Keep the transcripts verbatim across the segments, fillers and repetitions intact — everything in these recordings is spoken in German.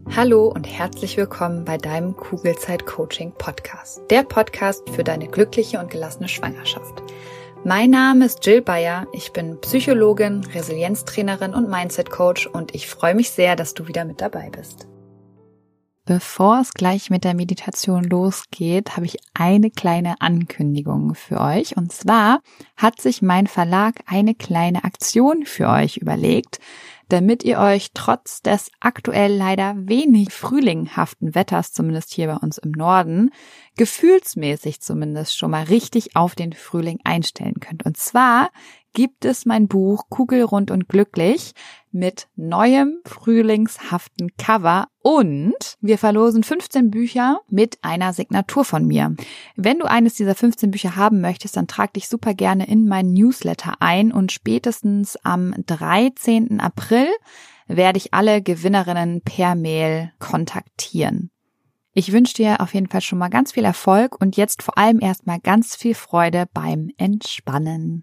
Hallo und herzlich willkommen bei deinem Kugelzeit-Coaching-Podcast, der Podcast für deine glückliche und gelassene Schwangerschaft. Mein Name ist Jill Bayer, ich bin Psychologin, Resilienztrainerin und Mindset-Coach und ich freue mich sehr, dass du wieder mit dabei bist. Bevor es gleich mit der Meditation losgeht, habe ich eine kleine Ankündigung für euch. Und zwar hat sich mein Verlag eine kleine Aktion für euch überlegt, damit ihr euch trotz des aktuell leider wenig frühlinghaften Wetters, zumindest hier bei uns im Norden, gefühlsmäßig zumindest schon mal richtig auf den Frühling einstellen könnt. Und zwar gibt es mein Buch Kugelrund und glücklich mit neuem frühlingshaften Cover und wir verlosen fünfzehn Bücher mit einer Signatur von mir. Wenn du eines dieser fünfzehn Bücher haben möchtest, dann trag dich super gerne in meinen Newsletter ein und spätestens am dreizehnten April werde ich alle Gewinnerinnen per Mail kontaktieren. Ich wünsche dir auf jeden Fall schon mal ganz viel Erfolg und jetzt vor allem erstmal ganz viel Freude beim Entspannen.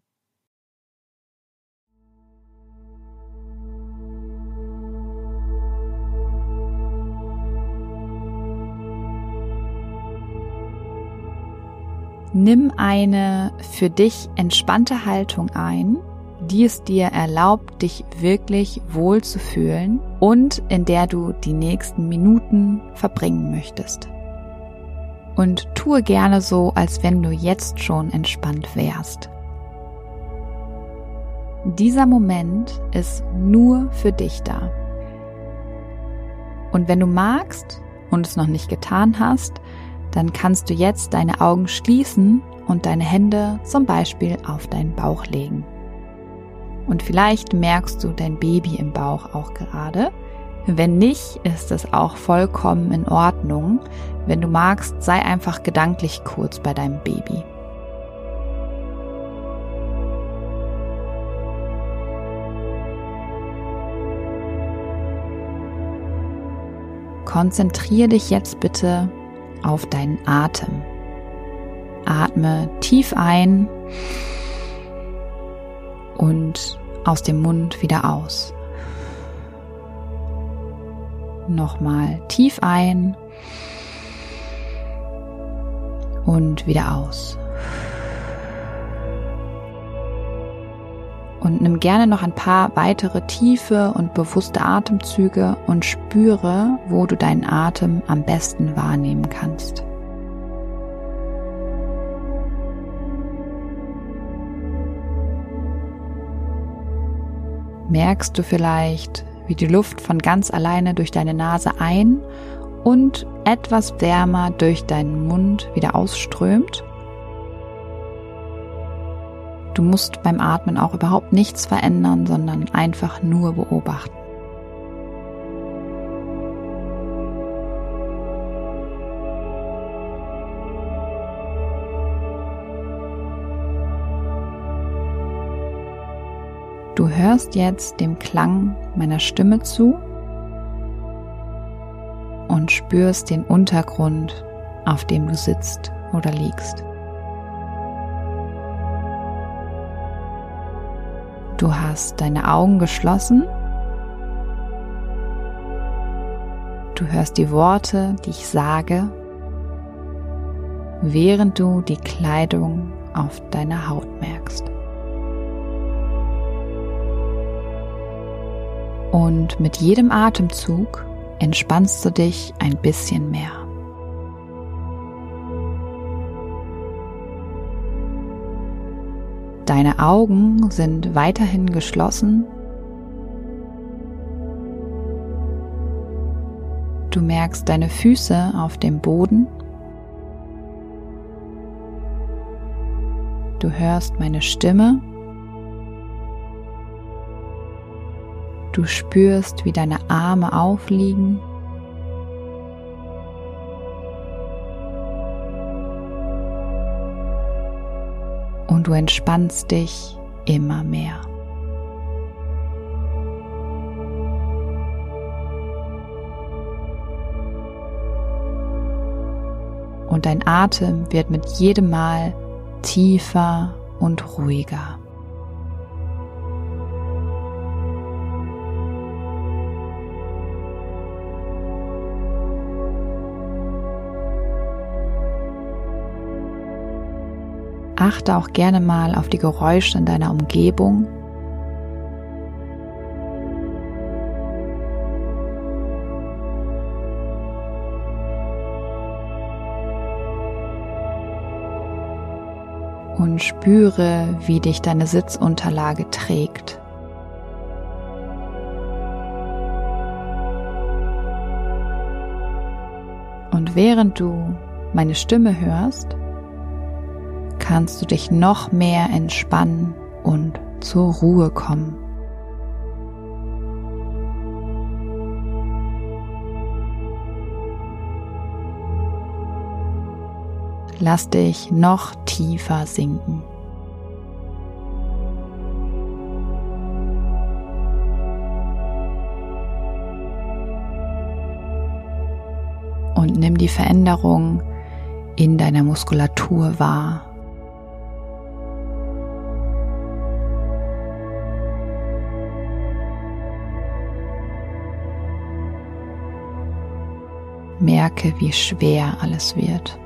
Nimm eine für dich entspannte Haltung ein, die es dir erlaubt, dich wirklich wohl zu fühlen und in der du die nächsten Minuten verbringen möchtest. Und tue gerne so, als wenn du jetzt schon entspannt wärst. Dieser Moment ist nur für dich da. Und wenn du magst und es noch nicht getan hast, dann kannst du jetzt deine Augen schließen und deine Hände zum Beispiel auf deinen Bauch legen. Und vielleicht merkst du dein Baby im Bauch auch gerade. Wenn nicht, ist es auch vollkommen in Ordnung. Wenn du magst, sei einfach gedanklich kurz bei deinem Baby. Konzentriere dich jetzt bitte auf deinen Atem. Atme tief ein und aus dem Mund wieder aus. Nochmal tief ein und wieder aus. Und nimm gerne noch ein paar weitere tiefe und bewusste Atemzüge und spüre, wo du deinen Atem am besten wahrnehmen kannst. Merkst du vielleicht, wie die Luft von ganz alleine durch deine Nase ein- und etwas wärmer durch deinen Mund wieder ausströmt? Du musst beim Atmen auch überhaupt nichts verändern, sondern einfach nur beobachten. Du hörst jetzt dem Klang meiner Stimme zu und spürst den Untergrund, auf dem du sitzt oder liegst. Du hast deine Augen geschlossen. Du hörst die Worte, die ich sage, während du die Kleidung auf deiner Haut merkst. Und mit jedem Atemzug entspannst du dich ein bisschen mehr. Deine Augen sind weiterhin geschlossen. Du merkst deine Füße auf dem Boden. Du hörst meine Stimme. Du spürst, wie deine Arme aufliegen. Und du entspannst dich immer mehr. Und dein Atem wird mit jedem Mal tiefer und ruhiger. achte auch gerne mal auf die Geräusche in deiner Umgebung. Und spüre, wie dich deine Sitzunterlage trägt. Und während du meine Stimme hörst, kannst du dich noch mehr entspannen und zur Ruhe kommen. Lass dich noch tiefer sinken. Und nimm die Veränderung in deiner Muskulatur wahr. Merke, wie schwer alles wird.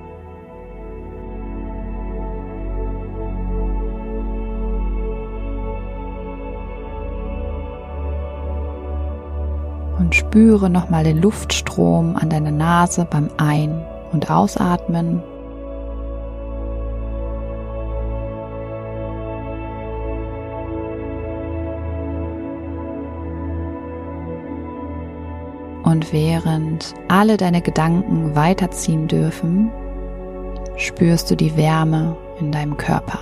Und spüre nochmal den Luftstrom an deiner Nase beim Ein- und Ausatmen. Und während alle deine Gedanken weiterziehen dürfen, spürst du die Wärme in deinem Körper.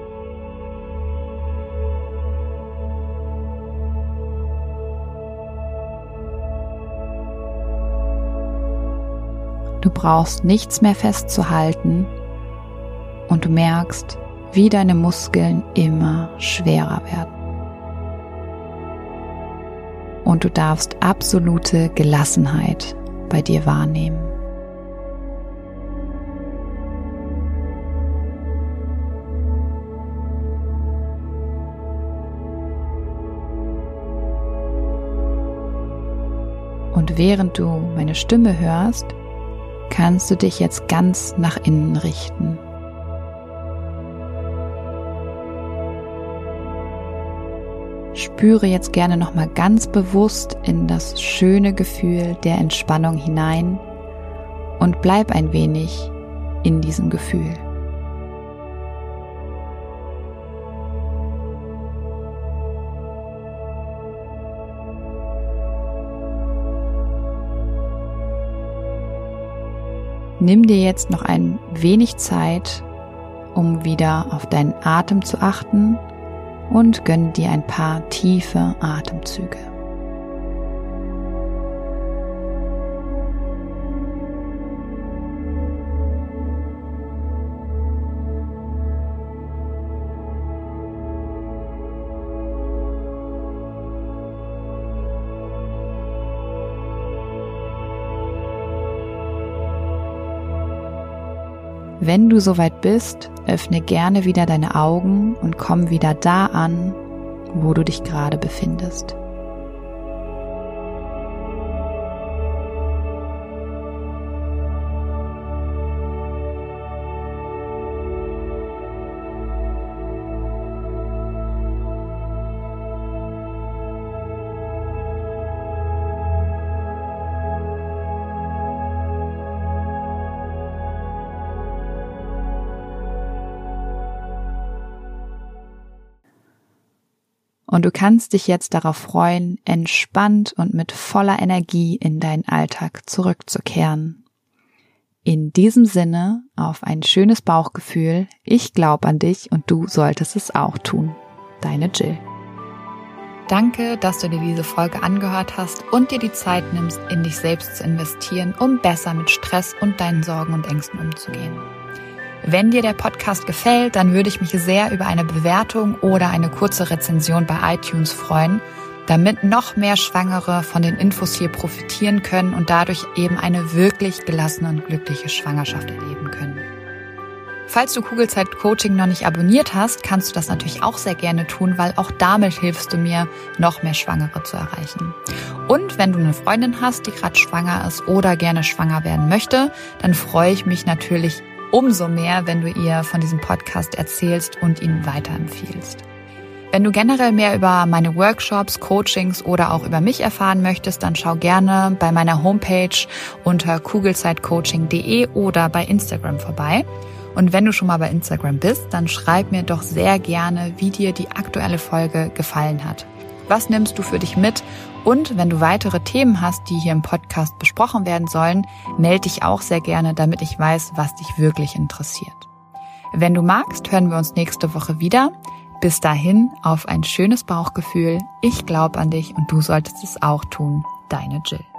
Du brauchst nichts mehr festzuhalten und du merkst, wie deine Muskeln immer schwerer werden. Und du darfst absolute Gelassenheit bei dir wahrnehmen. Und während du meine Stimme hörst, kannst du dich jetzt ganz nach innen richten. Spüre jetzt gerne nochmal ganz bewusst in das schöne Gefühl der Entspannung hinein und bleib ein wenig in diesem Gefühl. Nimm dir jetzt noch ein wenig Zeit, um wieder auf deinen Atem zu achten und gönn dir ein paar tiefe Atemzüge. Wenn du soweit bist, öffne gerne wieder deine Augen und komm wieder da an, wo du dich gerade befindest. Und du kannst dich jetzt darauf freuen, entspannt und mit voller Energie in deinen Alltag zurückzukehren. In diesem Sinne auf ein schönes Bauchgefühl. Ich glaube an dich und du solltest es auch tun. Deine Jill. Danke, dass du dir diese Folge angehört hast und dir die Zeit nimmst, in dich selbst zu investieren, um besser mit Stress und deinen Sorgen und Ängsten umzugehen. Wenn dir der Podcast gefällt, dann würde ich mich sehr über eine Bewertung oder eine kurze Rezension bei iTunes freuen, damit noch mehr Schwangere von den Infos hier profitieren können und dadurch eben eine wirklich gelassene und glückliche Schwangerschaft erleben können. Falls du Kugelzeit Coaching noch nicht abonniert hast, kannst du das natürlich auch sehr gerne tun, weil auch damit hilfst du mir, noch mehr Schwangere zu erreichen. Und wenn du eine Freundin hast, die gerade schwanger ist oder gerne schwanger werden möchte, dann freue ich mich natürlich umso mehr, wenn du ihr von diesem Podcast erzählst und ihn weiterempfiehlst. Wenn du generell mehr über meine Workshops, Coachings oder auch über mich erfahren möchtest, dann schau gerne bei meiner Homepage unter kugelzeitcoaching punkt de oder bei Instagram vorbei. Und wenn du schon mal bei Instagram bist, dann schreib mir doch sehr gerne, wie dir die aktuelle Folge gefallen hat. Was nimmst du für dich mit? Und wenn du weitere Themen hast, die hier im Podcast besprochen werden sollen, melde dich auch sehr gerne, damit ich weiß, was dich wirklich interessiert. Wenn du magst, hören wir uns nächste Woche wieder. Bis dahin, auf ein schönes Bauchgefühl. Ich glaube an dich und du solltest es auch tun. Deine Jill.